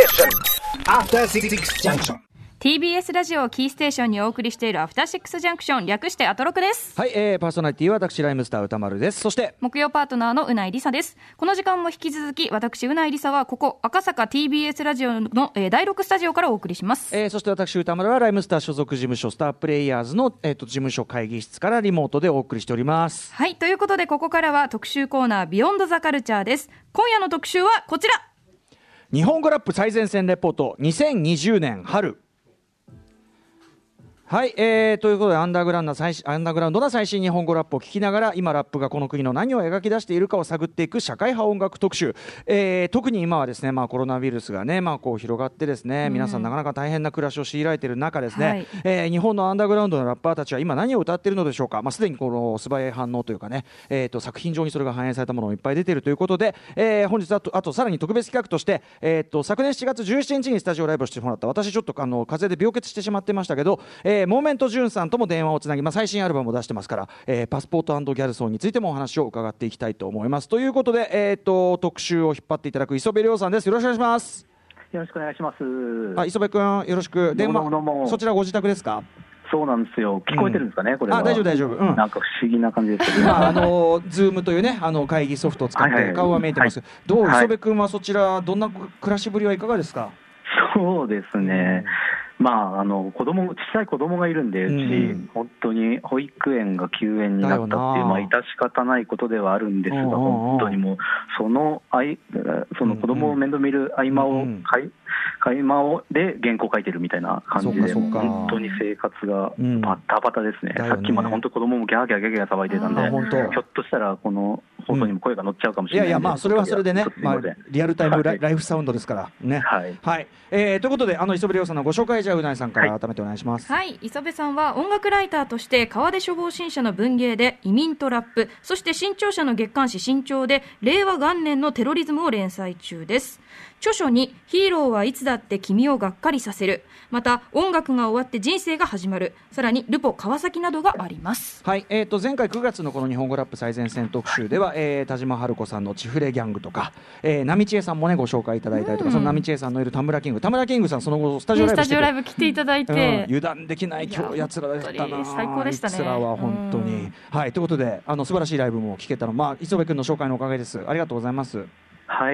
After Six Junction。 TBS ラジオをキーステーションにお送りしているアフターシックスジャンクション、略してアトロクです。 はい、パーソナリティは私ライムスター歌丸です。そして木曜パートナーのうないりさです。この時間も引き続き私うないりさはここ赤坂 TBS ラジオの、第6スタジオからお送りします。 そして私歌丸はライムスター所属事務所スタープレイヤーズの、事務所会議室からリモートでお送りしております。 はい、ということでここからは特集コーナービヨンドザカルチャーです。今夜の特集はこちら、 日本語ラップ最前線レポート2020年春。はい、ということでアンダーグラウンドな最新日本語ラップを聞きながら、今ラップがこの国の何を描き出しているかを探っていく社会派音楽特集。特に今はですね、コロナウイルスがね、こう広がってですね、皆さんなかなか大変な暮らしを強いられている中ですね、日本のアンダーグラウンドのラッパーたちは今何を歌っているのでしょうか。すでにこの素早い反応というかね、作品上にそれが反映されたものもいっぱい出ているということで、本日あとさらに特別企画として、昨年7月17日にスタジオライブをしてもらった、私ちょっと風邪で病欠してしまってましたけど、モーメントジュンさんとも電話をつなぎ、最新アルバムを出してますから、パスポート&ギャルソンについてもお話を伺っていきたいと思います。ということで、特集を引っ張っていただく磯部亮さんです。よろしくお願いします。 よろしくお願いします。 磯部君よろしく。電話そちらご自宅ですか？ そうなんですよ。聞こえてるんですかね、これは。 大丈夫、 なんか不思議な感じですけど、 ズームというね、会議ソフトを使って顔は見えてます。どう、磯部君はそちらどんな暮らしぶりはいかがですか？ そうですね、小さい子供がいるんで、うち本当に保育園が休園になったっていう、致し方ないことではあるんですが、本当にもうその子供を面倒見る合間で原稿書いてるみたいな感じで、本当に生活がバタバタですね。さっきまで本当子供もギャーギャー騒いでたんで、ひょっとしたらこの放送にも声が乗っちゃうかもしれない。 それはそれでね、リアルタイムライフサウンドですからね。はい、ということで磯部亮さんのご紹介、じゃあうないさんから改めてお願いします。 はい、磯部さんは音楽ライターとして川出処方新社の文芸で移民とラップ、そして新潮社の月刊誌新潮で令和元年のテロリズムを連載中です。著書にヒーローはいつだって君をがっかりさせる、また音楽が終わって人生が始まる、さらにルポ川崎などがあります。 はい、前回9月のこの日本語ラップ最前線特集では、田島春子さんのチフレギャングとか、波千恵さんもねご紹介いただいたりとか、その波千恵さんのいる田村キングさん、その後スタジオライブ来ていただいて、 油断できないやつらだったな。 最高でしたね。 やつらは本当に、はい、ということで素晴らしいライブも聴けたの、磯部君の紹介のおかげです。ありがとうございます。 はい、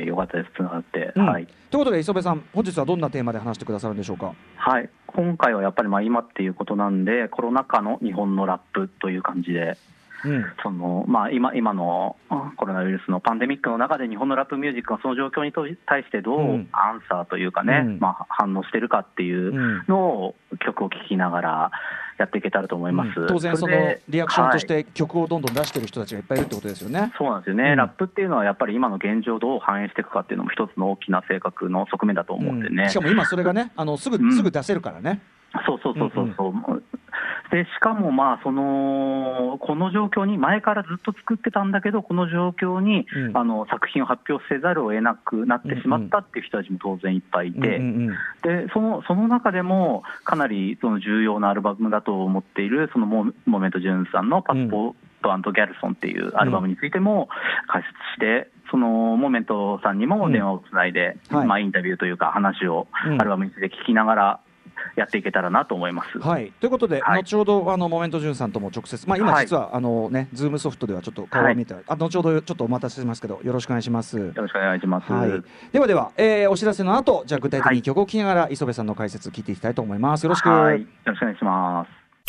よかったです、つながって。 はい、ということで磯部さん、本日はどんなテーマで話してくださるんでしょうか？ はい、今回はやっぱり今っていうことなんで、コロナ禍の日本のラップという感じで、今のコロナウイルスのパンデミックの中で日本のラップミュージックがその状況に対してどうアンサーというかね、反応してるかっていうのを曲を聴きながらやっていけたらと思います。 当然そのリアクションとして曲をどんどん出してる人たちがいっぱいいるってことですよね。 そうなんですよね、ラップっていうのはやっぱり今の現状をどう反映していくかっていうのも一つの大きな性格の側面だと思うんでね、 しかも今それがねすぐ出せるからね。 そうでしかもこの状況に前からずっと作ってたんだけど、この状況に、作品を発表せざるを得なくなってしまったっていう人たちも当然いっぱいいて、でその中でもかなりその重要なアルバムだと思っているそのモーメントジュンさんのパスポート&ギャルソンっていうアルバムについても解説して、そのモーメントさんにも電話をつないで、インタビューというか話をアルバムについて聞きながらやっていけたらなと思います。 はい、ということで、後ほどモーメントジュンさんとも直接、今実はズームソフトではちょっと顔を見て、後ほどちょっとお待たせしますけどよろしくお願いします。 よろしくお願いします。 では、お知らせの後、じゃあ具体的に曲を聴きながら磯部さんの解説聞いていきたいと思います。よろしく。 よろしくお願いします。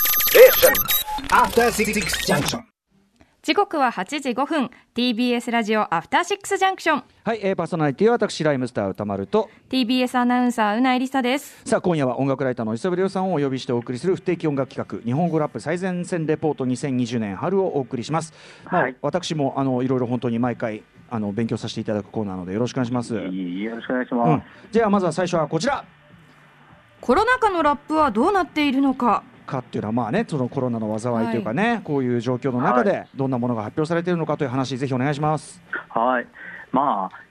After Six Junction。 時刻は8時5分 TBS ラジオアフターシックスジャンクション。 はい、パーソナリティは私ライムスター歌丸と TBS アナウンサーうないりさです。 さあ今夜は音楽ライターの磯部亮さんをお呼びしてお送りする不定期音楽企画日本語ラップ最前線レポート2020年春をお送りします。私もいろいろ本当に毎回勉強させていただくコーナーなのでよろしくお願いします。 よろしくお願いします。 じゃあまずは最初はこちら。 コロナ禍のラップはどうなっているのかっていうのはそのコロナの災いというかね、こういう状況の中でどんなものが発表されているのかという話、ぜひお願いします。 はい、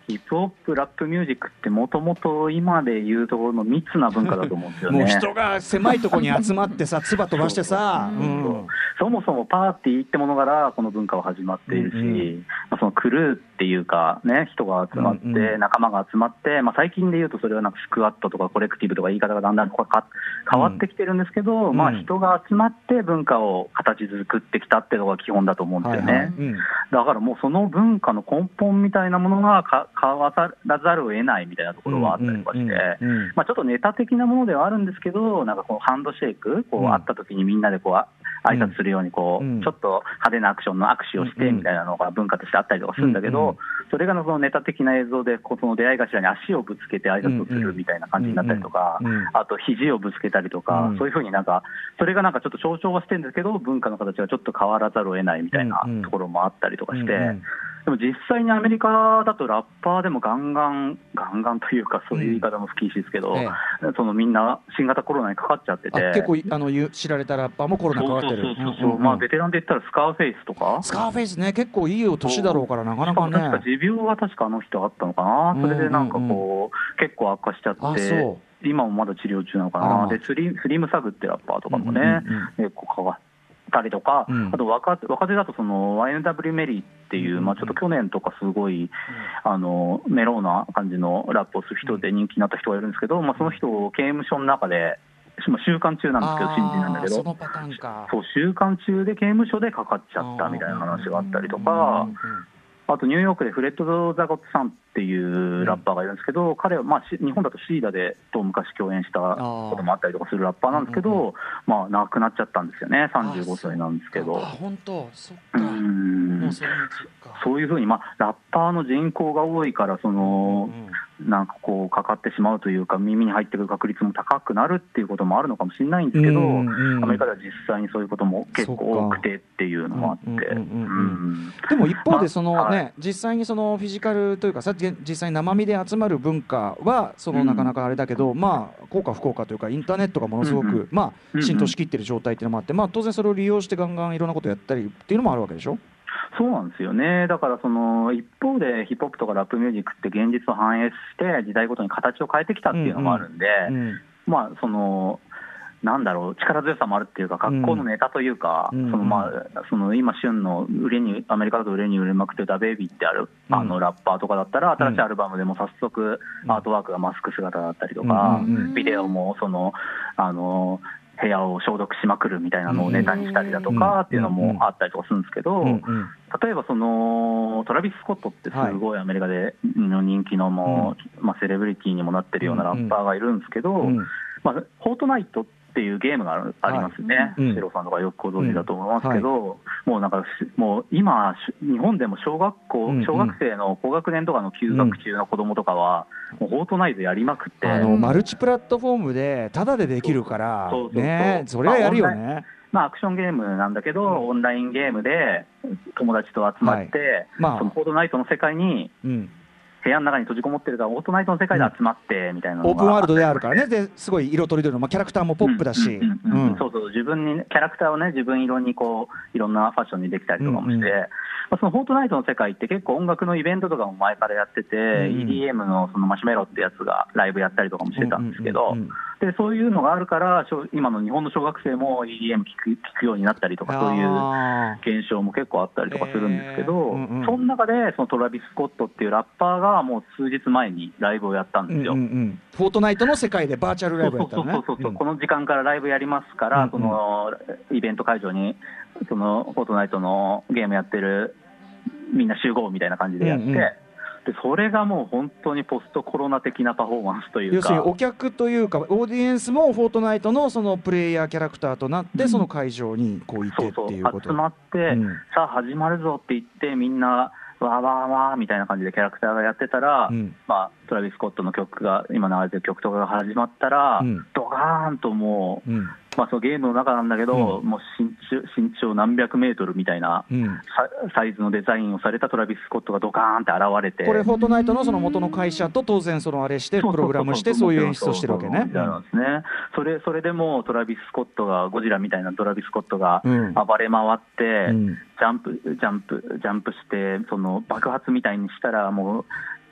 ヒップホップラップミュージックってもともと今でいうところの密な文化だと思うんですよね。 もう人が狭いところに集まってさ唾飛ばしてさ、 そもそもパーティーってものからこの文化は始まっているし、そのクルーっていうかね、人が集まって、仲間が集まって、最近でいうとそれはなんかスクワットとかコレクティブとか言い方がだんだん変わってきてるんですけど、人が集まって文化を形作ってきたっていうのが基本だと思うんですよね。だからもうその文化の根本みたいなものが変わらざるを得ないみたいなところはあったりとかして、ちょっとネタ的なものではあるんですけど、なんかこうハンドシェイク、こう会った時にみんなでこう挨拶するようにこう、ちょっと派手なアクションの握手をしてみたいなのが文化としてあったりとかするんだけど、それがそのネタ的な映像でその出会い頭に足をぶつけて挨拶をするみたいな感じになったりとか、あと肘をぶつけたりとか、そういうふうになんかそれがなんかちょっと象徴はしてるんですけど、文化の形がちょっと変わらざるを得ないみたいなところもあったりとかして、でも実際にアメリカだとラッパーでもガンガンというか、そういう言い方も不謹慎ですけど、そのみんな新型コロナにかかっちゃってて、 結構知られたラッパーもコロナかかってる。 ベテランで言ったらスカーフェイスとか、 スカーフェイスね、結構いいお年だろうからなかなかね。 確か持病は確かあの人あったのかな、それでなんかこう結構悪化しちゃって、今もまだ治療中なのかな。でスリムサグってラッパーとかもね、結構変わったりとか、あと若手だとその YNW メリーっていう、ちょっと去年とかすごいメローな感じのラップをする人で人気になった人がいるんですけど、その人を刑務所の中で収監中なんですけど、新人なんだけど、 そのパターンか。 そう、収監中で刑務所でかかっちゃったみたいな話があったりとか、あとニューヨークでフレッド・ザ・ゴッツさんっていうラッパーがいるんですけど、彼は日本だとシーダでと昔共演したこともあったりとかするラッパーなんですけど、亡くなっちゃったんですよね。35歳なんですけど。 本当、そっか。もうそういうふうに、ラッパーの人口が多いから、なんかこうかかってしまうというか、耳に入ってくる確率も高くなるっていうこともあるのかもしれないんですけど、アメリカでは実際にそういうことも結構多くてっていうのもあって、 でも一方で実際にそのフィジカルというかさ、実際に生身で集まる文化はなかなかあれだけど、効果不効果というか、インターネットがものすごく浸透しきってる状態っていうのもあって、当然それを利用してガンガンいろんなことやったりっていうのもあるわけでしょ。 そうなんですよね。だからその一方でヒップホップとかラップミュージックって現実を反映して時代ごとに形を変えてきたっていうのもあるんで、そのなんだろう、力強さもあるっていうか、格好のネタというか、その今旬のアメリカだと売れに売れまくってるダベイビーってあるラッパーとかだったら、新しいアルバムでも早速アートワークがマスク姿だったりとか、ビデオもその部屋を消毒しまくるみたいなのをネタにしたりだとかっていうのもあったりとかするんですけど、例えばそのトラビス・スコットってすごいアメリカでの人気のセレブリティにもなってるようなラッパーがいるんですけど、フォートナイトっていうゲームがありますね。シロさんとかよくご存知だと思いますけど、もう今日本でも小学生の高学年とかの休学中の子供とかはもうフォートナイトやりまくって、 マルチプラットフォームでタダでできるからね、それはやるよね。 アクションゲームなんだけど、オンラインゲームで友達と集まって、そのフォートナイトの世界に部屋の中に閉じこもってるから、オートナイトの世界で集まってみたいなのが、 オープンワールドであるからね。ですごい色とりどりの、キャラクターもポップだし、 自分にキャラクターをね、自分色にこういろんなファッションにできたりとかもして、そのフォートナイトの世界って結構音楽のイベントとかも前からやってて、EDM のそのマシュメロってやつがライブやったりとかもしてたんですけど、でそういうのがあるから今の日本の小学生も EDM 聴くようになったりとか、そういう現象も結構あったりとかするんですけど、その中でそのトラビス・スコットっていうラッパーがもう数日前にライブをやったんですよ。 フォートナイトの世界でバーチャルライブやったのね。 この時間からライブやりますから、そのイベント会場にそのフォートナイトのゲームやってるみんな集合みたいな感じでやって、でそれがもう本当にポストコロナ的なパフォーマンスというか、 要するにお客というかオーディエンスもフォートナイトのそのプレイヤーキャラクターとなって、その会場にこういてっていうこと、 集まって、さあ始まるぞって言ってみんなわーわーわーみたいな感じでキャラクターがやってたら、トラビス・スコットの曲が今流れてる曲とかが始まったら、ドカーンともう、そのゲームの中なんだけど、もう身長何百メートルみたいな、サイズのデザインをされたトラビス・スコットがドカーンって現れて、 これフォートナイトのその元の会社と当然そのあれしてプログラムしてそういう演出をしてるわけね。 それでもトラビス・スコットがゴジラみたいなトラビス・スコットが暴れ回って、ジャンプしてその爆発みたいにしたらもう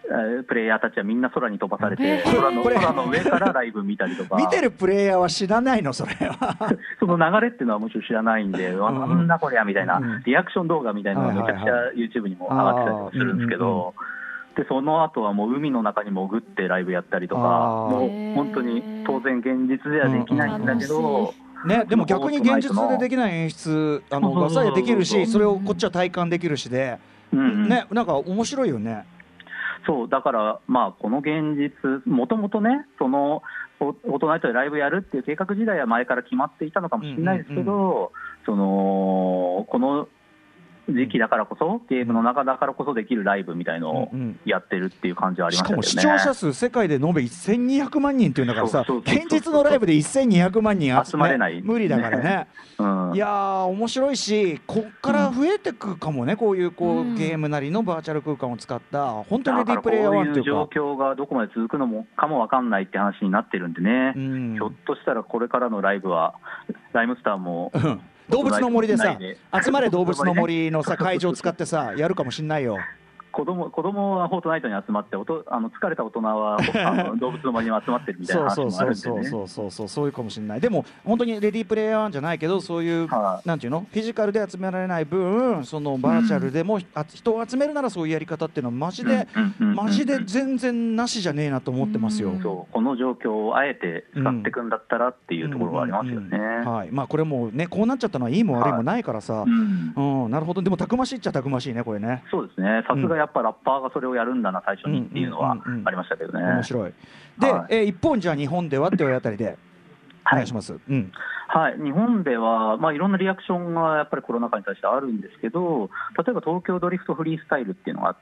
プレイヤーたちはみんな空に飛ばされて、空の上からライブ見たりとか見てるプレイヤーは知らないのそれはその流れっていうのはもちろん知らないんで、なんだこりゃみたいな、リアクション動画みたいなのがめちゃくちゃ YouTube にも上がってたりもするんですけど、でその後はもう海の中に潜ってライブやったりとか、もう本当に当然現実ではできないんだけど、 ね、でも逆に現実でできない演出がさえできるし、それをこっちは体感できるしで、ね、なんか面白いよね。 そうだから、まあ、この現実、もともとね、そのフォートナイトでライブやるっていう計画自体は前から決まっていたのかもしれないですけど、この時期だからこそ、ゲームの中だからこそできるライブみたいのをやってるっていう感じはありましたけどね。 しかも視聴者数世界で延べ1200万人っていうんだからさ、現実のライブで1200万人集まれない、 無理だからね、いやー面白いし、こっから増えてくかもね、こういうゲームなりのバーチャル空間を使った本当にレディープレイヤー1っていうか、 こういう状況がどこまで続くのもかも分かんないって話になってるんでね、ひょっとしたらこれからのライブはライムスターも動物の森でさ、集まれ動物の森のさ会場を使ってさやるかもしんないよ。 子供はフォートナイトに集まって、疲れた大人は動物の森に集まってるみたいな話もあるんでね。 そういうかもしれない。でも本当にレディープレイヤーじゃないけど、そういうなんていうの、フィジカルで集められない分、そのバーチャルでも人を集めるならそういうやり方っていうのはマジで全然なしじゃねえなと思ってますよ。 そうこの状況をあえて使っていくんだったらっていうところがありますよね。 まあこれもね、こうなっちゃったのはいいも悪いもないからさ、なるほど。でもたくましいっちゃたくましいねこれね。 そうですね、さすがやっぱラッパーがそれをやるんだな最初にっていうのはありましたけどね。 面白い。で、一方じゃあ日本ではっていうあたりでお願いします。 はい、日本では、いろんなリアクションがやっぱりコロナ禍に対してあるんですけど、例えば東京ドリフトフリースタイルっていうのがあって、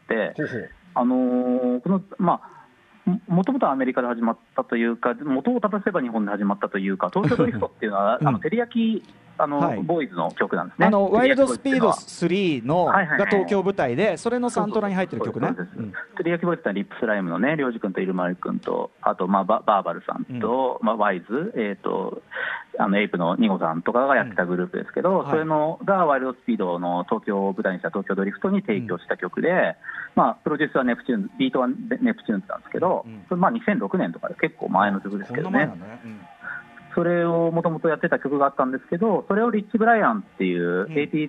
もともとはアメリカで始まったというか、元を正せば日本で始まったというか、東京ドリフトっていうのは、照り焼きボーイズの曲なんですね。 ワイルドスピード3が東京舞台で、それのサントラに入ってる曲ね。 照り焼きボーイズってリップスライムのね、りょうじ君とイルマリ君と、あとバーバルさんと、ワイズ、エイプのニゴさんとかがやってたグループですけど、それのがワイルドスピードの東京を舞台にした東京ドリフトに提供した曲で、プロデュースはネプチューンズ、ビートはネプチューンズなんですけど、それ2006年とかで結構前の曲ですけどね。それをもともとやってた曲があったんですけど、それをリッチ・ブライアンっていう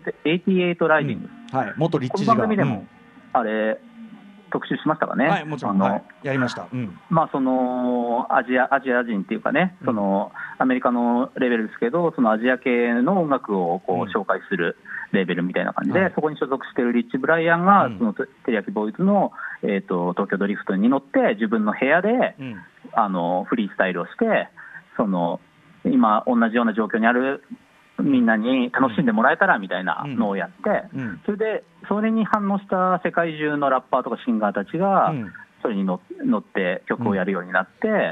88ライディング、 元リッチこの番組でもあれ特集しましたかね。 もちろんやりました。 そのアジア人っていうかね、そのアメリカのレベルですけど、そのアジア系の音楽をこう紹介するレベルみたいな感じで、そこに所属しているリッチ・ブライアンが、そのテリヤキボーイズの、東京ドリフトに乗って自分の部屋で、フリースタイルをして、その今同じような状況にあるみんなに楽しんでもらえたらみたいなのをやって、それでそれに反応した世界中のラッパーとかシンガーたちがそれに乗って曲をやるようになって、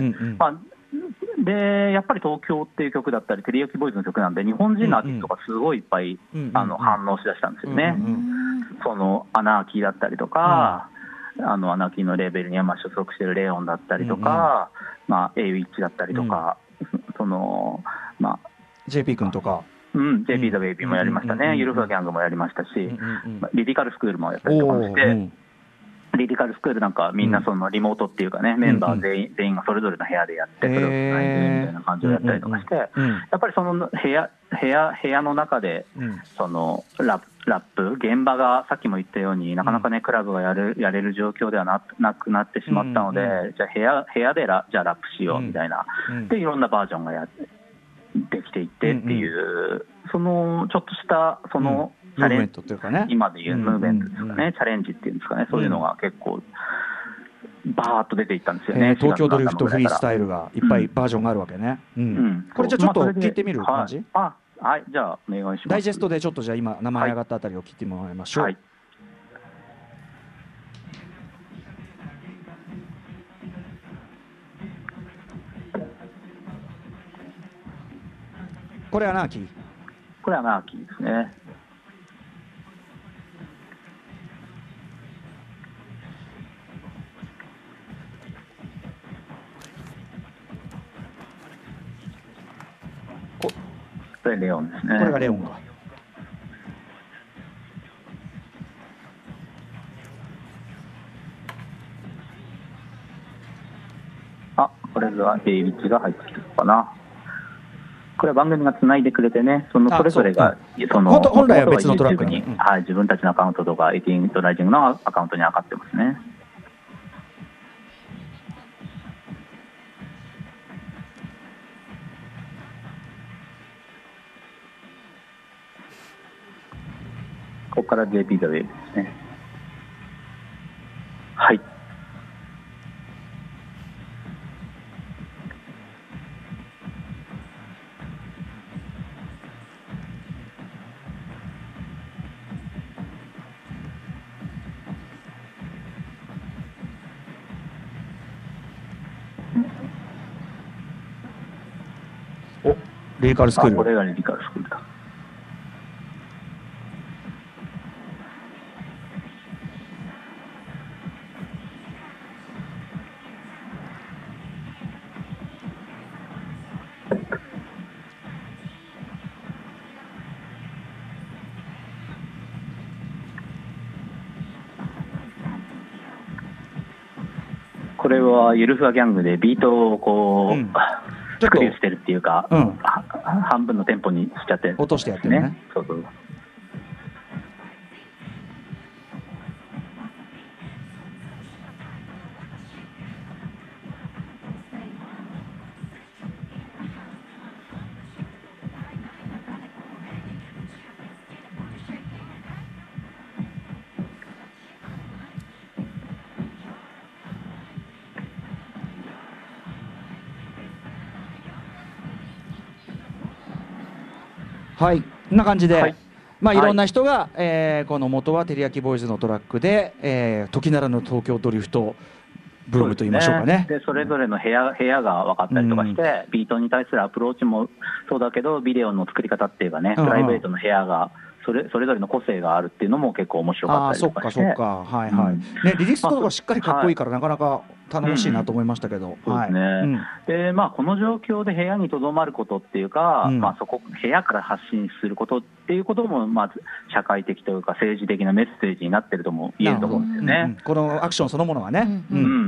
でやっぱり東京っていう曲だったりテリヤキボーイズの曲なんで日本人のアーティストがすごいいっぱい反応しだしたんですよね。そのアナーキーだったりとか、アナーキーのレーベルには所属しているレオンだったりとか、エイウィッチだったりとか、その JP 君とか、 JP ザ・ベイビーもやりましたね、ユルファギャングもやりましたし、リリカルスクールもやったりとかして、リリカルスクールなんかみんなそのリモートっていうかね、メンバー全員がそれぞれの部屋でやって、それをつないでみたいな感じをやったりとかして、やっぱりその部屋の中でそのラップ、現場がさっきも言ったようになかなかねクラブがやれる状況ではなくなってしまったので、じゃあ部屋でじゃあラップしようみたいな、でいろんなバージョンができていってっていう、そのちょっとしたそのチャレンジというかね、今でいうムーブメントですかね、チャレンジっていうんですかね、そういうのが結構バーッと出ていったんですよね。 東京ドリフトフリースタイルがいっぱいバージョンがあるわけね。これじゃあちょっと聞いてみる感じ？ はい、じゃあお願いします。 ダイジェストでちょっとじゃあ今名前上がったあたりを聞いてもらいましょう。これアナーキー。 これアナーキーですね。これレオンですね。 これがレオンか。 これが A ビッチが入ってきたのかな。これは番組がつないでくれてね、そのそれぞれがその本来は別のトラック YouTube に、はい、自分たちのアカウントとか18ドライジングのアカウントに上がってますね。ここから JP ザウェイブですね。はい。 お、リリカルスクール。 これがリリカルスクールだ。これはゆるふわギャングでビートをこう、スクリューしてるっていうか、半分のテンポにしちゃってる、 落としてやってるね。 そうそう。 はい、こんな感じで、 はい、 まあ、いろんな人が、この元はテリヤキボーイズのトラックで、時ならぬ東京ドリフトブームと言いましょうかね。 でそれぞれの部屋が分かったりとかして、ビートに対するアプローチもそうだけど、ビデオの作り方っていうかね、プライベートの部屋がそれぞれの個性があるっていうのも結構面白かったりとかして。 そっか、はいはい、ね、リリースとかしっかりかっこいいから、なかなか頼もしいなと思いましたけど、 そうですね。で、まあ、この状況で部屋にとどまることっていうか、まあ、そこ部屋から発信することっていうことも、まず社会的というか政治的なメッセージになってるとも言えると思うんですよね。 このアクションそのものがね。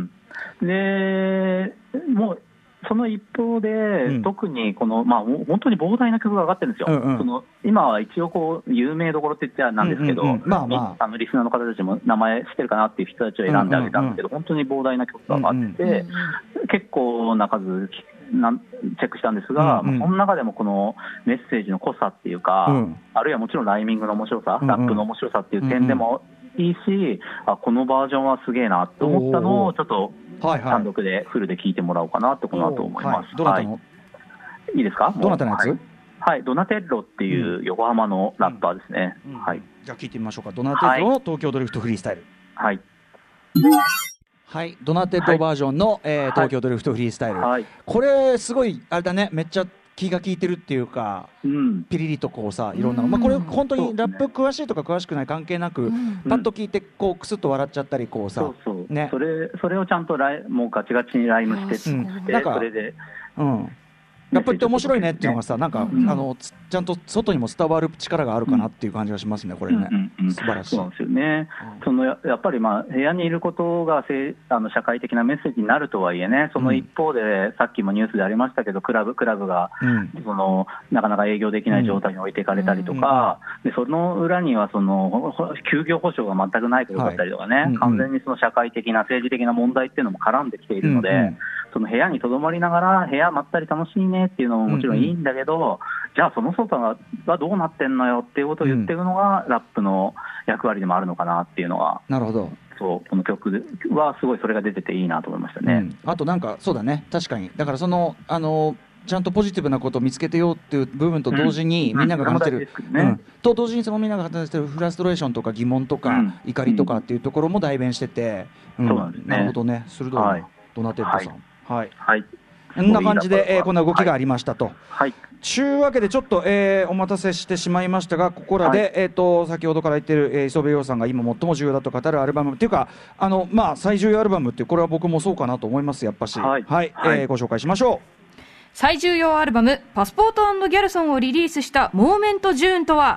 でもうその一方で、特にこの、まあ、本当に膨大な曲が上がってるんですよ。その今は一応こう有名どころって言っちゃなんですけど、リスナーの方たちも名前知ってるかなっていう人たちを選んであげたんですけど、本当に膨大な曲が上がってて、結構な数チェックしたんですが、その中でもこのメッセージの濃さっていうか、あるいはもちろんライミングの面白さ、ラップの面白さっていう点でもいいし、このバージョンはすげえなと思ったのをちょっと単独でフルで聴いてもらおうかなとこの後思います。 どなたの、 いいですか？ どなたのやつ？ はい、ドナテッロっていう横浜のラッパーですね。 じゃあ聞いてみましょうか。ドナテッロの東京ドリフトフリースタイル。 はい、 はい、ドナテッロバージョンの、東京ドリフトフリースタイル、これすごいあれだね、めっちゃ気が利いてるっていうか、ピリリとこうさ、いろんな、まあ、これ本当にラップ詳しいとか詳しくない関係なく、パッと聞いてこうクスッと笑っちゃったりこうさ、 ね、それをちゃんともうガチガチにライムしてなんかそれで、 ラップって面白いねっていうのがさ、なんか、ちゃんと外にも伝わる力があるかなっていう感じがしますね、これね。素晴らしい。 そうなんですよね。やっぱり、まあ、部屋にいることが社会的なメッセージになるとはいえね、その一方で、さっきもニュースでありましたけど、クラブが、なかなか営業できない状態に置いていかれたりとか、でその裏には休業保障が全くないことだったりとかね、完全にその社会的な政治的な問題っていうのも絡んできているので、その部屋にとどまりながら部屋まったり楽しいねっていうのももちろんいいんだけど、じゃあその外はどうなってんのよっていうことを言ってるのがラップの役割でもあるのかなっていうのは、 なるほど、 そうこの曲はすごいそれが出てていいなと思いましたね。 あとなんかそうだね、確かにだからちゃんとポジティブなことを見つけてよっていう部分と同時に、みんなが感じてる、と同時にそのみんなが感じてるフラストレーションとか疑問とか、怒りとかっていうところも代弁してて、なるほどね、鋭いな、ドナテッドさん。はい、こんな感じで、こんな動きがありましたと。ちゅうわけでちょっと、お待たせしてしまいましたが、ここらで、先ほどから言ってる、磯部陽さんが今最も重要だと語るアルバムっていうか、まあ、最重要アルバムっていう、これは僕もそうかなと思います、やっぱし。ご紹介しましょう。 最重要アルバムパスポート&ギャルソンをリリースしたモーメントジューンとは。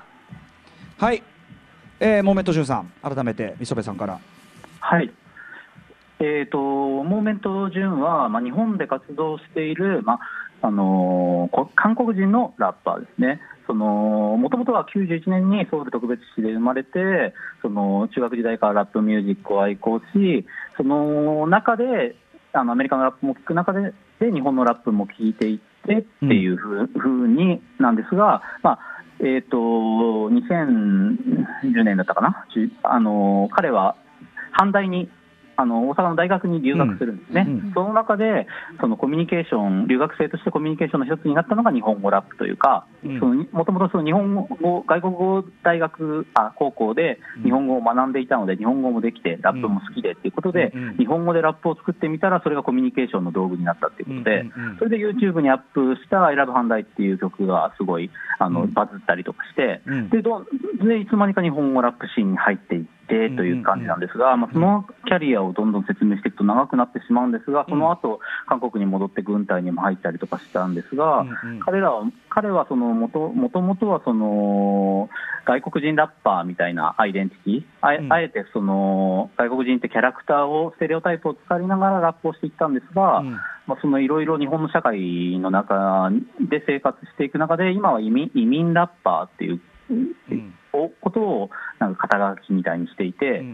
はい、モーメントジューンさん、改めて磯部さんから。 はい、 モーメント・ジュンは、日本で活動している、韓国人のラッパーですね。もともとは91年にソウル特別市で生まれて、中学時代からラップミュージックを愛好し、その中でアメリカのラップも聴く中で日本のラップも聴いていってっていうふうになんですが、2010年だったかな、彼は阪大に大阪の大学に留学するんですね。その中でコミュニケーション、留学生としてコミュニケーションの一つになったのが日本語ラップというか、もともと日本語、外国語高校で日本語を学んでいたので、日本語もできてラップも好きでということで、日本語でラップを作ってみたらそれがコミュニケーションの道具になったということで、それで YouTube にアップした「I Love 阪大」っていう曲がすごいバズったりとかして、でいつまにか日本語ラップシーンに入っていってという感じなんですが、そのキャリアをどんどん説明していくと長くなってしまうんですが、その後韓国に戻って軍隊にも入ったりとかしたんですが、彼はもともとは外国人ラッパーみたいなアイデンティティ、あえて外国人ってキャラクターをステレオタイプを使いながらラップをしていったんですが、いろいろ日本の社会の中で生活していく中で、今は移民ラッパーっていうことをなんか肩書きみたいにしていて、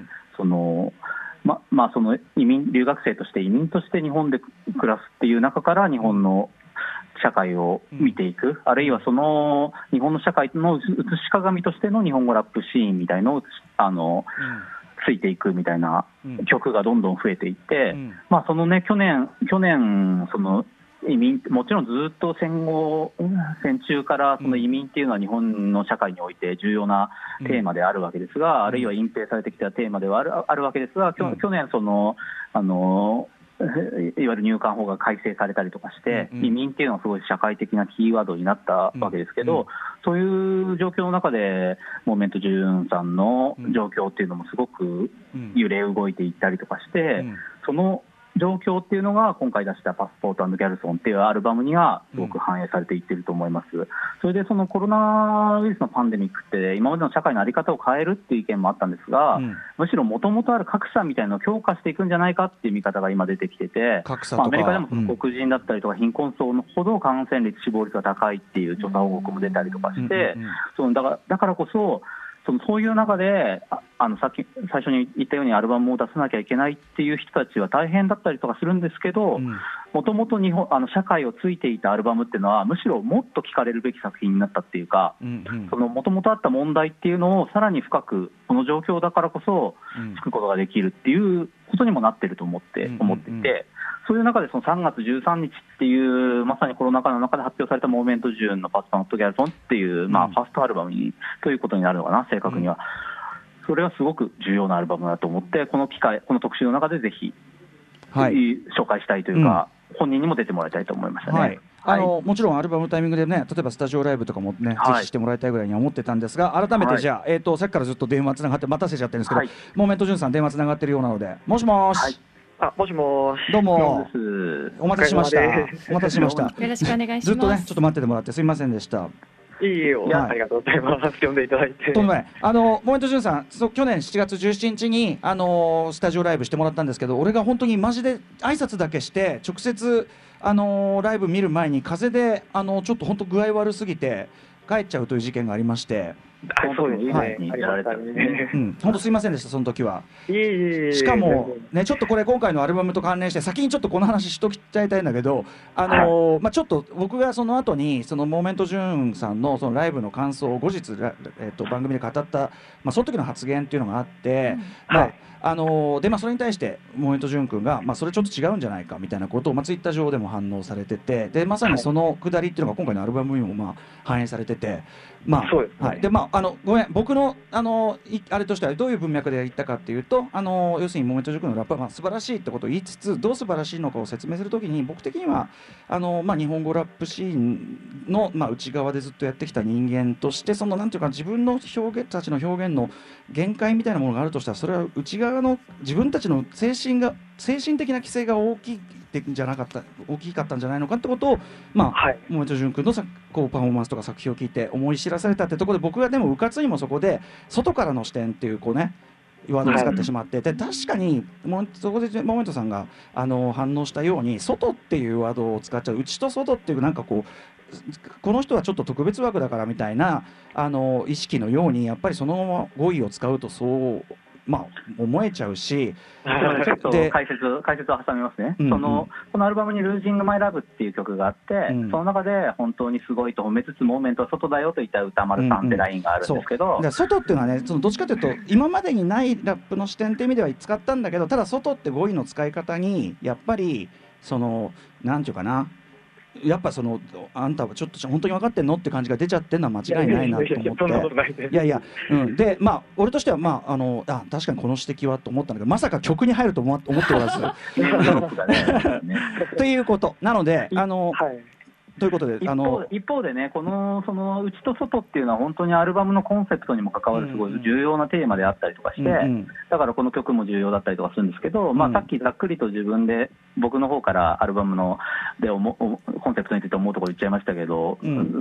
留学生として移民として日本で暮らすっていう中から日本の社会を見ていく、あるいはその日本の社会の映し鏡としての日本語ラップシーンみたいのをついていくみたいな曲がどんどん増えていって、去年移民、もちろんずっと戦中から移民っていうのは日本の社会において重要なテーマであるわけですが、あるいは隠蔽されてきたテーマではあるわけですが、去年いわゆる入管法が改正されたりとかして、移民っていうのはすごい社会的なキーワードになったわけですけど、そういう状況の中でモーメント・ジュンさんの状況っていうのもすごく揺れ動いていったりとかして、その状況っていうのが今回出した「パスポート&ギャルソン」っていうアルバムにはすごく反映されていってると思います。それでそのコロナウイルスのパンデミックって今までの社会の在り方を変えるっていう意見もあったんですが、むしろもともとある格差みたいなのを強化していくんじゃないかっていう見方が今出てきてて、アメリカでもその黒人だったりとか貧困層のほど感染率死亡率が高いっていう調査報告も出たりとかして、だからこそそういう中で最初に言ったようにアルバムを出さなきゃいけないっていう人たちは大変だったりとかするんですけど、もともと社会をついていたアルバムっていうのはむしろもっと聞かれるべき作品になったっていうか、もともとあった問題っていうのをさらに深くこの状況だからこそ聞くことができるっていうことにもなってると思っていて、そういう中で3月13日っていうまさにコロナ禍の中で発表されたモーメント・ジュンの「パスポート・ギャルソン」っていう、ファーストアルバムということになるのかな、正確には。それはすごく重要なアルバムだと思って、この特集の中でぜひ、紹介したいというか、本人にも出てもらいたいと思いましたね。 もちろんアルバムのタイミングでね、例えばスタジオライブとかもね、ぜひしてもらいたいぐらいには思ってたんですが、改めてじゃあ、さっきからずっと電話つながって待たせちゃってるんですけど、モーメント・ジュンさん電話つながってるようなので、もしもし。 もしもし。 どうも。お待たせしました。お待たせしました。 よろしくお願いします。 ずっとね、ちょっと待っててもらってすみませんでした。 いいよ、ありがとうございます。呼んでいただいて。 とんでもない。モーメント・ジュンさん、去年7月17日にスタジオライブしてもらったんですけど、俺が本当にマジで挨拶だけして直接ライブ見る前に風邪でちょっと本当具合悪すぎて帰っちゃうという事件がありまして。 そうですね。 本当すいませんでした、その時は。 しかもね、ちょっとこれ今回のアルバムと関連して先にちょっとこの話しときちゃいたいんだけど、ちょっと僕がその後にそのモーメント・ジュンさんのそのライブの感想を後日番組で語った、その時の発言っていうのがあって、それに対してモーメント・ジュン君が、それちょっと違うんじゃないかみたいなことを、ツイッター上でも反応されてて、でまさにそのくだりっていうのが今回のアルバムにも反映されてて、ごめん、僕のあれとしてはどういう文脈で言ったかっていうと、要するにモーメント・ジュン君のラップは素晴らしいってことを言いつつ、どう素晴らしいのかを説明するときに、僕的には日本語ラップシーンの、内側でずっとやってきた人間として、そのなんていうか自分のたちの表現の限界みたいなものがあるとしたら、それは内側の自分たちの精神的な規制が大きかったんじゃないのかってことを、モーメント・ジュン君のこうパフォーマンスとか作品を聞いて思い知らされたってところで、僕がでもうかつにもそこで外からの視点っていうワードを使ってしまって、で確かにそこでモメントさんが反応したように外っていうワードを使っちゃう、内と外っていうなんかこの人はちょっと特別枠だからみたいな意識のようにやっぱりそのまま語彙を使うとそう思えちゃうし、 ちょっと解説を挟みますね。このアルバムにルージングマイラブっていう曲があって、その中で本当にすごいと褒めつつモーメントは外だよと言った歌丸さんってラインがあるんですけど、 外っていうのはね、どっちかというと今までにないラップの視点っていう意味では使ったんだけど、ただ外って語彙の使い方にやっぱりなんていうかな、やっぱあんたはちょっと本当に分かってんのって感じが出ちゃってるのは間違いないなと思って、で俺としては確かにこの指摘はと思ったんだけど、まさか曲に入ると思っておらずということなのでということで一方でね、その内と外っていうのは本当にアルバムのコンセプトにも関わるすごい重要なテーマであったりとかして、だからこの曲も重要だったりとかするんですけど、さっきざっくりと自分で僕の方からアルバムのコンセプトについて思うところ言っちゃいましたけど、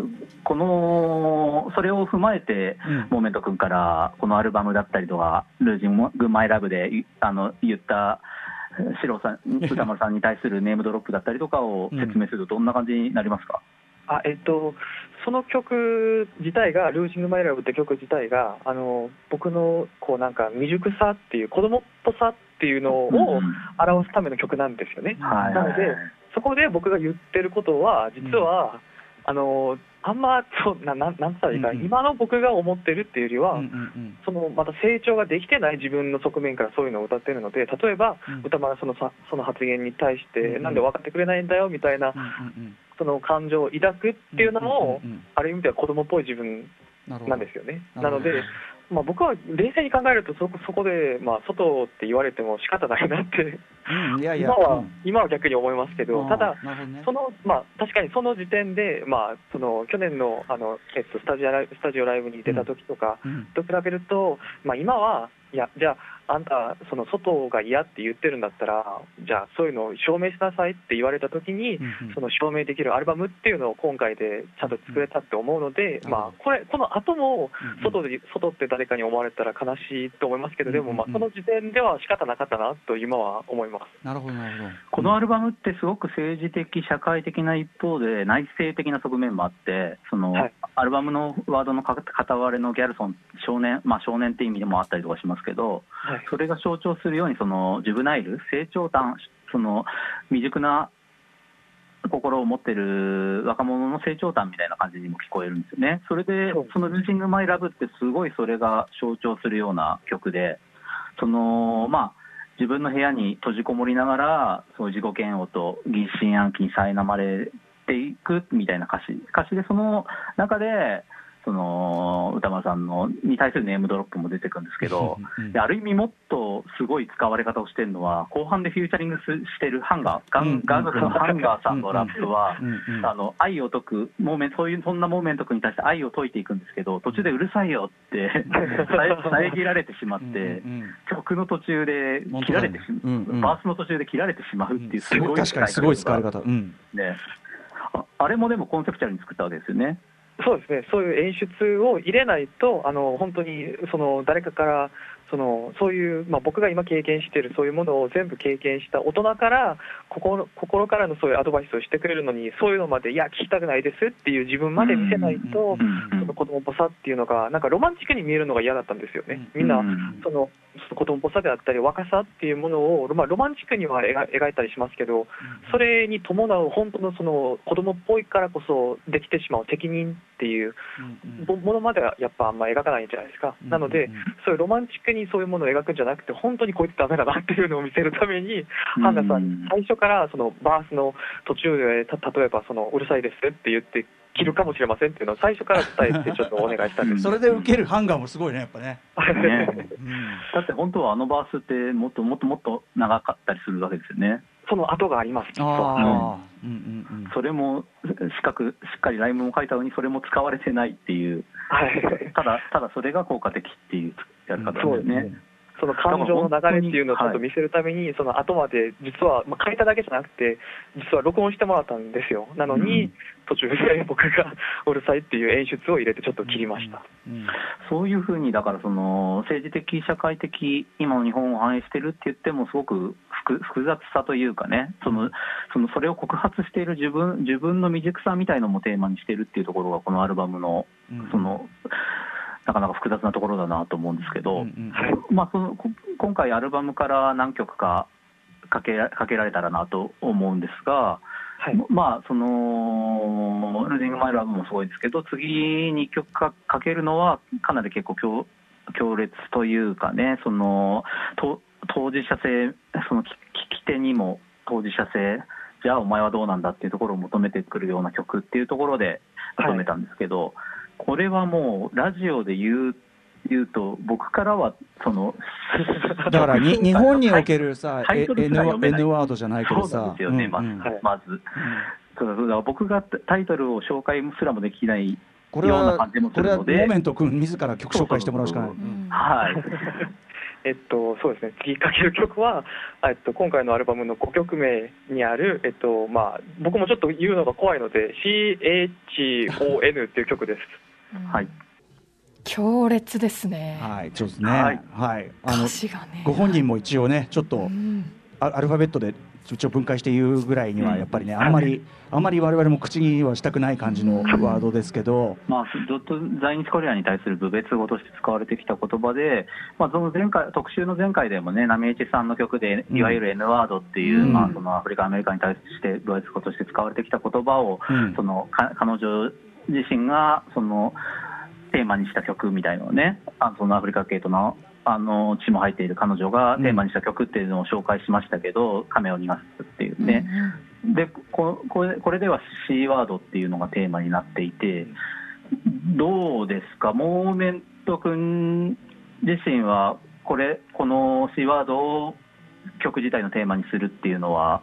それを踏まえて、モーメント君からこのアルバムだったりとかルージングマイラブで言ったシロさん、歌丸さんに対するネームドロップだったりとかを説明するとどんな感じになりますか？ その曲自体がルージングマイラブって曲自体が僕のなんか未熟さっていう子供っぽさっていうのを表すための曲なんですよね。なのでそこで僕が言ってることは実は、あんまなんつったらいいか、今の僕が思ってるっていうよりは、また成長ができてない自分の側面からそういうのを歌ってるので、例えば、歌丸その発言に対して、なんで分かってくれないんだよみたいな、その感情を抱くっていうのも、ある意味では子供っぽい自分なんですよね。なので僕は冷静に考えるとそこで、外って言われても仕方ないなって今は逆に思いますけど、ただ、確かにその時点で、去年のスタジオライブに出た時とかと比べると、今はいや、じゃああんたその外が嫌って言ってるんだったら、じゃあそういうのを証明しなさいって言われた時に、その証明できるアルバムっていうのを今回でちゃんと作れたって思うので、この後も外って誰かに思われたら悲しいと思いますけど、でもその時点では仕方なかったなと今は思います。 なるほどなるほど。 このアルバムってすごく政治的社会的な一方で内省的な側面もあって、アルバムのワードの片割れのギャルソン少年って意味でもあったりとかしますけど、それが象徴するようにジュブナイル成長端、未熟な心を持っている若者の成長端みたいな感じにも聞こえるんですよね。それでそのルージングマイラブってすごいそれが象徴するような曲で、自分の部屋に閉じこもりながらそういう自己嫌悪と疑心暗鬼に苛まれていくみたいな歌詞で、その中で歌丸さんに対するネームドロップも出てくるんですけど、ある意味もっとすごい使われ方をしてるのは、後半でフューチャリングしてるガンズのハンガーさんのラップは愛を解くそんなモーメント君に対して愛を解いていくんですけど、途中でうるさいよって遮られてしまって曲の途中で切られてバースの途中で切られてしまうっていうすごい確かにすごい使われ方、 あれもでもコンセプチュアルに作ったわけですよね。 そうですね、そういう演出を入れないと本当に誰かからそういう、僕が今経験しているそういうものを全部経験した大人から心からのそういうアドバイスをしてくれるのに、そういうのまでいや聞きたくないですっていう自分まで見せないと、その子供っぽさっていうのがなんかロマンチックに見えるのが嫌だったんですよね。みんなその子供っぽさであったり若さっていうものを、ロマンチックには描いたりしますけど、それに伴う本当のその子供っぽいからこそできてしまう責任っていうものまではやっぱあんま描かないんじゃないですか。なのでそういうロマンチックにそういうものを描くんじゃなくて、本当にこいつダメだなっていうのを見せるために、ハンナさんに最初からそのバースの途中で例えばうるさいですって言って切るかもしれませんっていうのを最初から伝えてちょっとお願いしたんですそれで受けるハンガーもすごいね、やっぱねだって本当はバースってもっと長かったりするわけですよね。 その後があります。 それもしっかりライムも書いたのにそれも使われてないっていう、ただそれが効果的っていうやり方ですね。 その感情の流れっていうのをちゃんと見せるために、その後まで実は、書いただけじゃなくて実は録音してもらったんですよ。なのに、途中で僕がうるさいっていう演出を入れてちょっと切りました。 そういうふうにだからその政治的社会的今の日本を反映してるって言ってもすごく複雑さというかね、それを告発している自分の未熟さみたいのもテーマにしてるっていうところがこのアルバムのなかなか複雑なところだなと思うんですけど、今回アルバムから何曲かかけられたらなと思うんですが、はい、そのルージングマイラブもすごいですけど、次に1曲かけるのはかなり結構強烈というかね、その当事者性、その聞き手にも当事者性、じゃあお前はどうなんだっていうところを求めてくるような曲っていうところで求めたんですけど、これはもうラジオで言うと僕からはそのだから日本におけるさ、N ワードじゃないけどさ、 そうなんですよね、まず、僕がタイトルを紹介すらもできないような感じもするので、 これはモメント君自ら曲紹介してもらうしかない。 はいそうですね、次かける曲は、今回のアルバムの5曲目にある、僕もちょっと言うのが怖いので CHON っていう曲です。 はい、 強烈ですね。 はい、そうですね。はい、 歌詞がね、 ご本人も一応ね、ちょっとアルファベットで一応分解して言うぐらいにはやっぱりね、あんまり我々も口にはしたくない感じのワードですけど、 ずっと在日コリアンに対する侮蔑語として使われてきた言葉で、その特集の前回でもね、浪市さんの曲でいわゆる N ワードっていう、そのアフリカアメリカに対して侮蔑語として使われてきた言葉を、その彼女自身がそのテーマにした曲みたいなのをね、そのアフリカ系との血も入っている彼女がテーマにした曲っていうのを紹介しましたけど、亀を逃がすっていうね、でこれでは C ワードっていうのがテーマになっていて、どうですか、モーメント君自身はこの C ワードを曲自体のテーマにするっていうのは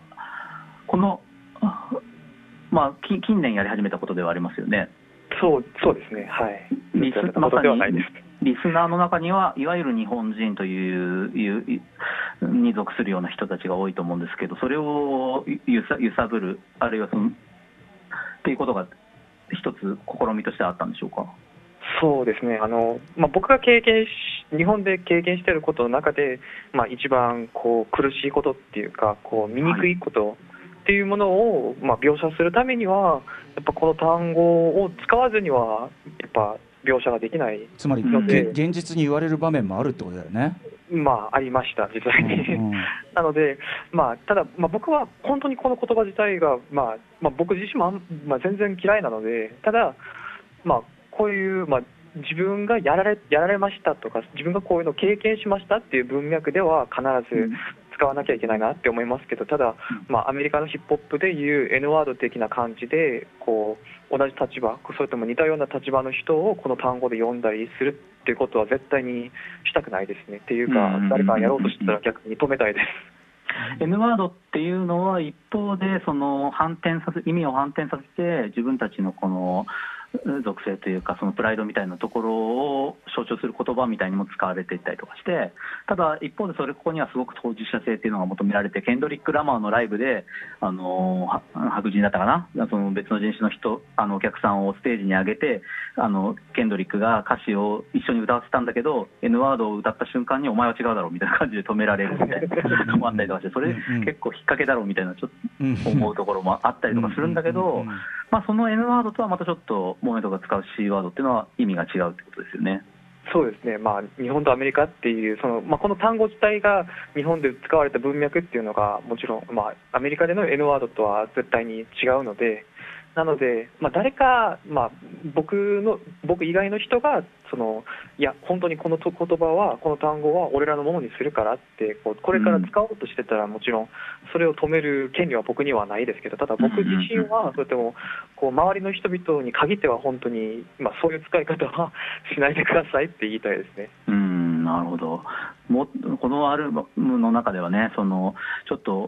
近年やり始めたことではありますよね。 そうですね、はい。 まさにリスナーの中にはいわゆる日本人というに属するような人たちが多いと思うんですけど、それを揺さぶる、あるいはっていうことが一つ試みとしてあったんでしょうか。 そうですね、僕が日本で経験していることの中で、一番苦しいことっていうか醜いことっていうものを描写するためには、やっぱこの単語を使わずにはやっぱ描写ができない。 つまり現実に言われる場面もあるってことだよね。 ありました実際に、なので、ただ、僕は本当にこの言葉自体が、僕自身も、全然嫌いなので、ただ、こういう、自分がやられましたとか、自分がこういうのを経験しましたっていう文脈では必ず使わなきゃいけないなって思いますけど、ただ、アメリカのヒップホップでいう N ワード的な感じで同じ立場、それとも似たような立場の人をこの単語で呼んだりするっていうことは絶対にしたくないですね。っていうか、誰かがやろうとしたら逆に止めたいです。 N ワードっていうのは一方で意味を反転させて自分たちのこの属性というかそのプライドみたいなところを象徴する言葉みたいにも使われていったりとかして、ただ一方でここにはすごく当事者性っていうのが求められて、ケンドリック・ラマーのライブで白人だったかな、その別の人種の人お客さんをステージに上げてケンドリックが歌詞を一緒に歌わせたんだけど N ワードを歌った瞬間にお前は違うだろうみたいな感じで止められるみたいなのもあったりとかして、それ結構引っ掛けだろうみたいなちょっと思うところもあったりとかするんだけど、その N ワードとはまたちょっとモーメントが使う C ワードっていうのは意味が違うってことですよね。 そうですね、日本とアメリカっていうこの単語自体が日本で使われた文脈っていうのがもちろん、アメリカでの N ワードとは絶対に違うので、なので、誰か、僕以外の人がいや本当にこの言葉はこの単語は俺らのものにするからってこれから使おうとしてたら、もちろんそれを止める権利は僕にはないですけど、ただ僕自身はそれとも周りの人々に限っては本当に、そういう使い方はしないでくださいって言いたいですね。 なるほど。このアルバムの中ではね、ちょっと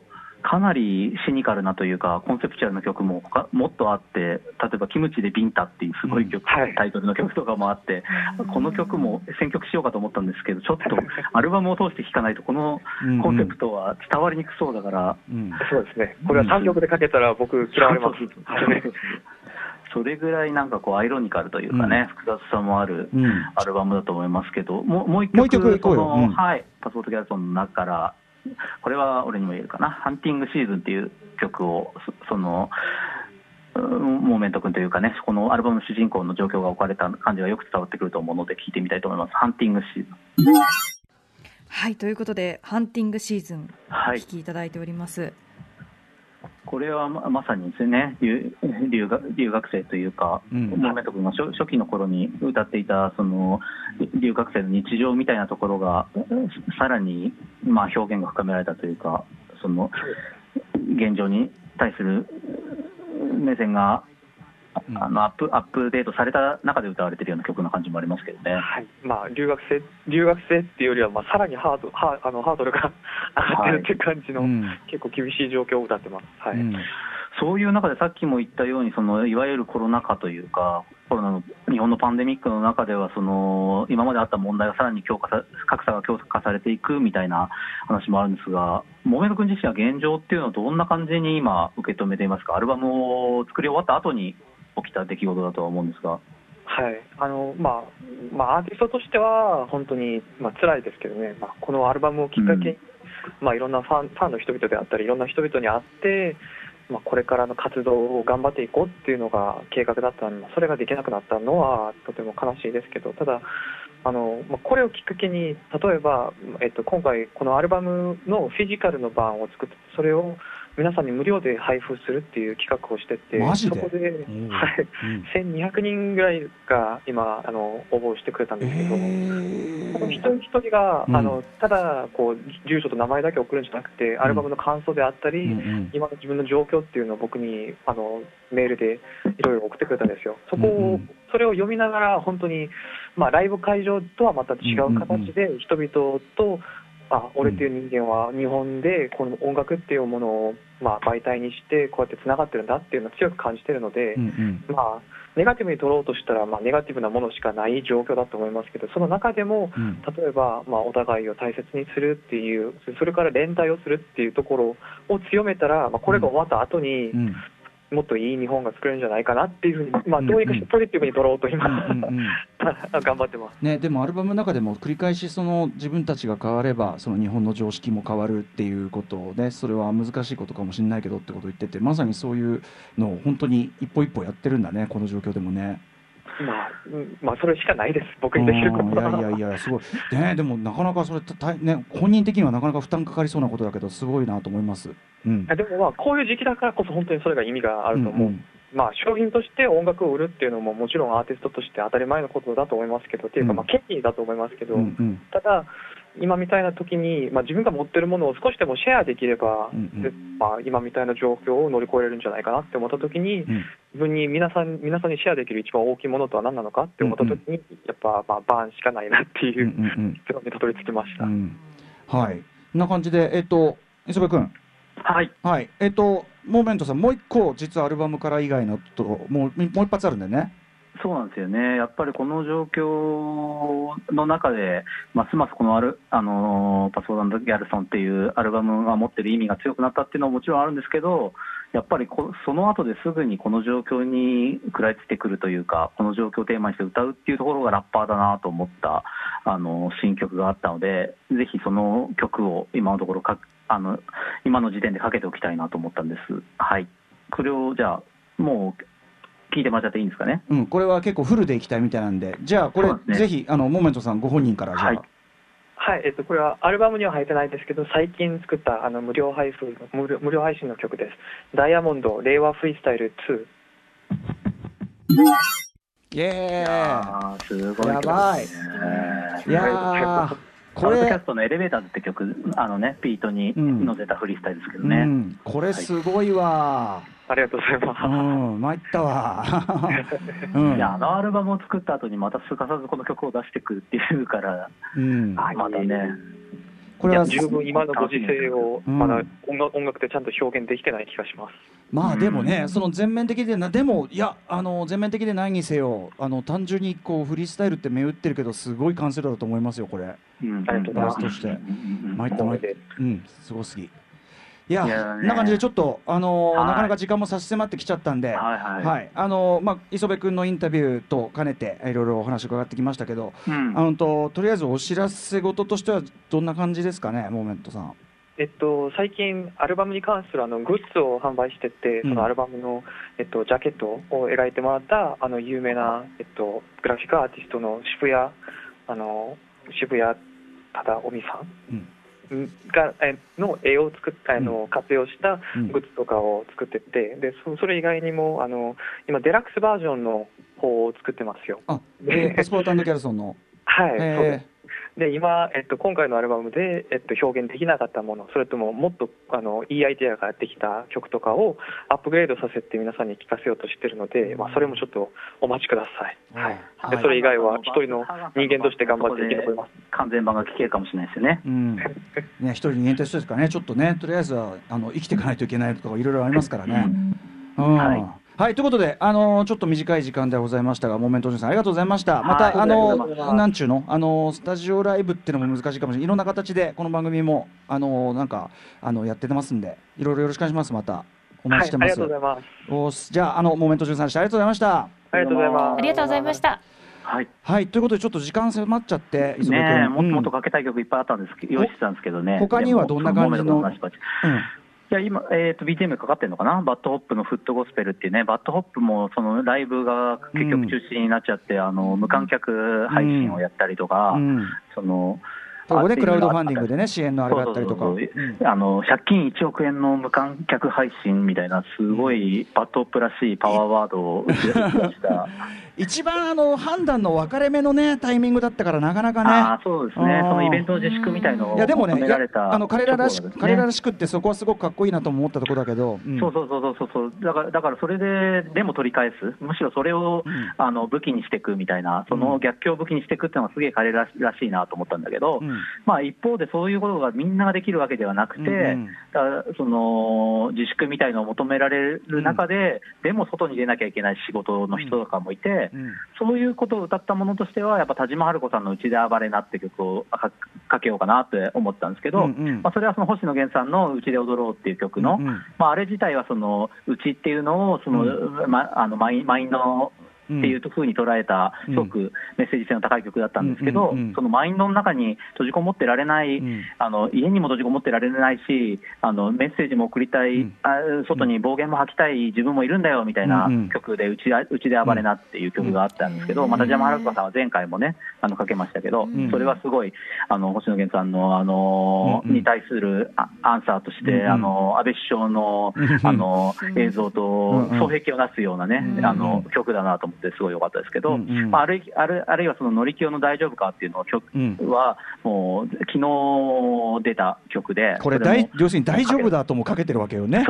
かなりシニカルなというかコンセプチュアルな曲ももっとあって、例えばキムチでビンタっていうすごい曲、タイトルの曲とかもあって、この曲も選曲しようかと思ったんですけど、ちょっとアルバムを通して聴かないとこのコンセプトは伝わりにくそうだから、 そうですね、これは3曲でかけたら僕嫌われます。 それぐらいなんかこうアイロニカルというかね、複雑さもあるアルバムだと思いますけど、もう一曲この、パスポートギャルソンの中から、これは俺にも言えるかな、ハンティングシーズンっていう曲をそのモーメント君というかね、このアルバムの主人公の状況が置かれた感じがよく伝わってくると思うので聞いてみたいと思います。ハンティングシーズン。 はい、ということでハンティングシーズンお聴きいただいております。 これはまさにですね、留学生というか、モーメント君が初期の頃に歌っていたその留学生の日常みたいなところがさらに表現が深められたというか、その現状に対する目線がアップデートされた中で歌われているような曲の感じもありますけどね。 留学生っていうよりはさらにハードルが上がってるっていう感じの、結構厳しい状況を歌ってます。 そういう中でさっきも言ったように、そのいわゆるコロナ禍というか、コロナの日本のパンデミックの中では、その今まであった問題がさらに格差が強化されていくみたいな話もあるんですが、モメノ君自身は現状っていうのをどんな感じに今受け止めていますか？アルバムを作り終わった後に起きた出来事だとは思うんですが。 アーティストとしては本当に辛いですけどね、このアルバムをきっかけに、いろんなファンの人々であったりいろんな人々に会って、これからの活動を頑張っていこうっていうのが計画だったので、それができなくなったのはとても悲しいですけど、ただこれをきっかけに、例えば、今回このアルバムのフィジカルの版を作って、それを皆さんに無料で配布するっていう企画をしてて、そこで、1200人ぐらいが今応募してくれたんですけど、この一人一人が、ただこう住所と名前だけ送るんじゃなくて、アルバムの感想であったり、今の自分の状況っていうのを僕にメールでいろいろ送ってくれたんですよ。それを読みながら本当に、ライブ会場とはまた違う形で人々と、俺っていう人間は日本でこの音楽っていうものを媒体にしてこうやってつながってるんだっていうのを強く感じているので、ネガティブに取ろうとしたらネガティブなものしかない状況だと思いますけど、その中でも例えばお互いを大切にするっていう、それから連帯をするっていうところを強めたら、これが終わった後にもっといい日本が作れるんじゃないかなっていうふうに、どうにかしてポジティブに取ろうと今頑張ってます、 でもアルバムの中でも繰り返しその自分たちが変わればその日本の常識も変わるっていうことをね、それは難しいことかもしれないけどってことを言ってて、まさにそういうのを本当に一歩一歩やってるんだね、この状況でもね。 それしかないです、僕にできることは。 いやすごい、でもなかなかそれ、本人的にはなかなか負担かかりそうなことだけどすごいなと思います。でもこういう時期だからこそ本当にそれが意味があると思う。商品として音楽を売るっていうのももちろんアーティストとして当たり前のことだと思いますけど、っていうか権利だと思いますけど、ただ今みたいな時に、自分が持ってるものを少しでもシェアできれば、今みたいな状況を乗り越えれるんじゃないかなって思った時に、自分に皆さんにシェアできる一番大きいものとは何なのかって思った時に、やっぱバーンしかないなっていう結論にたどり着きました。 はい、こんな感じで磯部君、モーメントさん、もう一個実はアルバムから以外のともう一発あるんだよね。 そうなんですよね。やっぱりこの状況の中でますますこのパスポートギャルソンっていうアルバムが持ってる意味が強くなったっていうのはもちろんあるんですけど、やっぱりその後ですぐにこの状況に食らいついてくるというか、この状況をテーマにして歌うっていうところがラッパーだなと思った新曲があったので、ぜひその曲を今のところ今の時点でかけておきたいなと思ったんです。これをじゃあもう聞いてもらっちゃっていいんですかね。 これは結構フルでいきたいみたいなんで、じゃあこれ、ぜひモーメントさんご本人からじゃあ。 これはアルバムには入ってないですけど、最近作った無料配信の曲です。ダイヤモンド令和フリースタイル2。 イエーイ、 すごい曲ですね。 これサウンドキャストのエレベーターズって曲、ビートに乗せたフリースタイルですけどね。 これすごいわ。 ありがとうございます。 参ったわ。 いや、アルバムを作った後にまたすかさずこの曲を出してくるっていうから、またね。 これは十分今のご時世をまだ音楽でちゃんと表現できてない気がします。 まあでもね、その全面的ででもいや全面的でないにせよ単純にこうフリースタイルって銘打ってるけどすごい完成度だと思いますよこれ。 ありがとうございます。 として参ったすごすぎ。いやな感じでちょっとなかなか時間も差し迫ってきちゃったんで、磯部君のインタビューと兼ねていろいろお話を伺ってきましたけど、とりあえずお知らせ事としてはどんな感じですかね、モーメントさん。 最近アルバムに関するグッズを販売してて、そのアルバムの、ジャケットを描いてもらった有名な、グラフィックアーティストの渋谷忠臣さん、の絵を作った活用したグッズとかを作ってて、でそれ以外にも今デラックスバージョンの方を作ってますよ。 パスポート&ギャルソンのはい、そうです。で今、今回のアルバムで、表現できなかったもの、それとももっといいアイデアができた曲とかをアップグレードさせて皆さんに聴かせようとしているので、それもちょっとお待ちください。でそれ以外は一人の人間として頑張っていきたいと思います。 完全版が聴けるかもしれないですよね。 一人人間としてですかね、ちょっとね、とりあえずは生きていかないといけないとかいろいろありますからね。はい、ということでちょっと短い時間ではございましたが、モーメントおじさんありがとうございました。またなんちゅうのスタジオライブっていうのも難しいかもしれない、いろんな形でこの番組もなんかやってますんで、いろいろよろしくお願いします。またお待ちしてます。 ありがとうございます。 じゃあモーメント13でした。ありがとうございました。 ありがとうございます。 ありがとうございました。 はい、ということでちょっと時間迫っちゃって磯部君、 もっとかけたい曲いっぱいあったんですけど、用意してたんですけどね。 他にはどんな感じのいや今、BGM かかってるのかな、バッドホップのフットゴスペルっていうね、バッドホップもそのライブが結局中止になっちゃって、無観客配信をやったりとか、そのここでクラウドファンディングでね支援のあれがあったりとか、 借金1億円の無観客配信みたいなすごいバッドホップらしいパワーワードを打ち出した一番判断の分かれ目のねタイミングだったからなかなかね。 そうですね、そのイベントの自粛みたいのを求められた、 彼ららしくってそこはすごくかっこいいなと思ったところだけど、 そうだからそれでも取り返す、むしろそれを武器にしていくみたいな、その逆境を武器にしていくっていうのはすげえ彼らしいなと思ったんだけど、一方でそういうことがみんなができるわけではなくて、その自粛みたいのを求められる中で、でも外に出なきゃいけない仕事の人とかもいて、そういうことを歌ったものとしてはやっぱ田島春子さんのうちで暴れなって曲をかけようかなって思ったんですけど、それはその星野源さんのうちで踊ろうっていう曲の、あれ自体はそのうちっていうのをその、満員のっていう風に捉えたすごくメッセージ性の高い曲だったんですけど、そのマインドの中に閉じこもってられない、家にも閉じこもってられないし、メッセージも送りたい、外に暴言も吐きたい自分もいるんだよみたいな曲でうちで暴れなっていう曲があったんですけど、田島春子さんは前回もねかけましたけど、それはすごい星野源さんのに対するアンサーとして、安倍首相の映像と双璧をなすようなね曲だなと思って、すごい良かったですけど、あるいはその乗り気の大丈夫かっていうのはもう昨日出た曲で、 これ要するに大丈夫だともかけてるわけよね。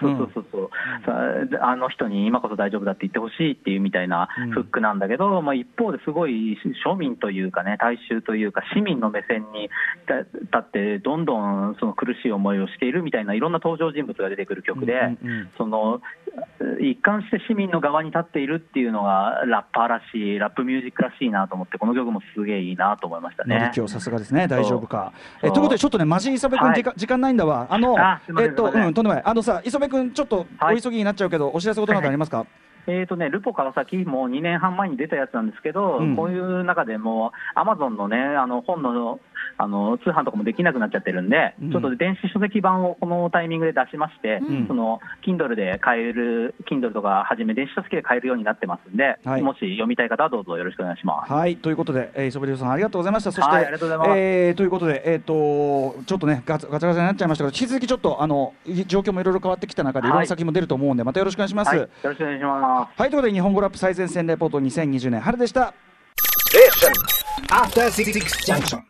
あの人に今こそ大丈夫だって言ってほしいっていうみたいなフックなんだけど、一方ですごい庶民というかね、大衆というか市民の目線に立ってどんどんその苦しい思いをしているみたいないろんな登場人物が出てくる曲で、その一貫して市民の側に立っているっていうのがラッパーらしい、ラップミュージックらしいなと思って、この曲もすげえいいなと思いましたね。 さすがですね、大丈夫か。ということでちょっとね、マジ磯部君、時間ないんだわ。とんでもない。さ磯部君ちょっとお急ぎになっちゃうけど、お知らせことなどありますか？ ルポ川崎も2年半前に出たやつなんですけど、こういう中でもアマゾンのね本の通販とかもできなくなっちゃってるんで、ちょっと電子書籍版をこのタイミングで出しまして、その Kindle で買える Kindle とかはじめ電子書籍で買えるようになってますんで、もし読みたい方はどうぞよろしくお願いします。 はい、ということで磯部さんありがとうございました。そして、ありがとうございます。ということでちょっとねガチャガチャになっちゃいましたけど、引き続きちょっと状況もいろいろ変わってきた中でいろんな先も出ると思うんで、またよろしくお願いします。よろしくお願いします。 はい、ということで日本語ラップ最前線レポート2020年春でした。 After 66 junction.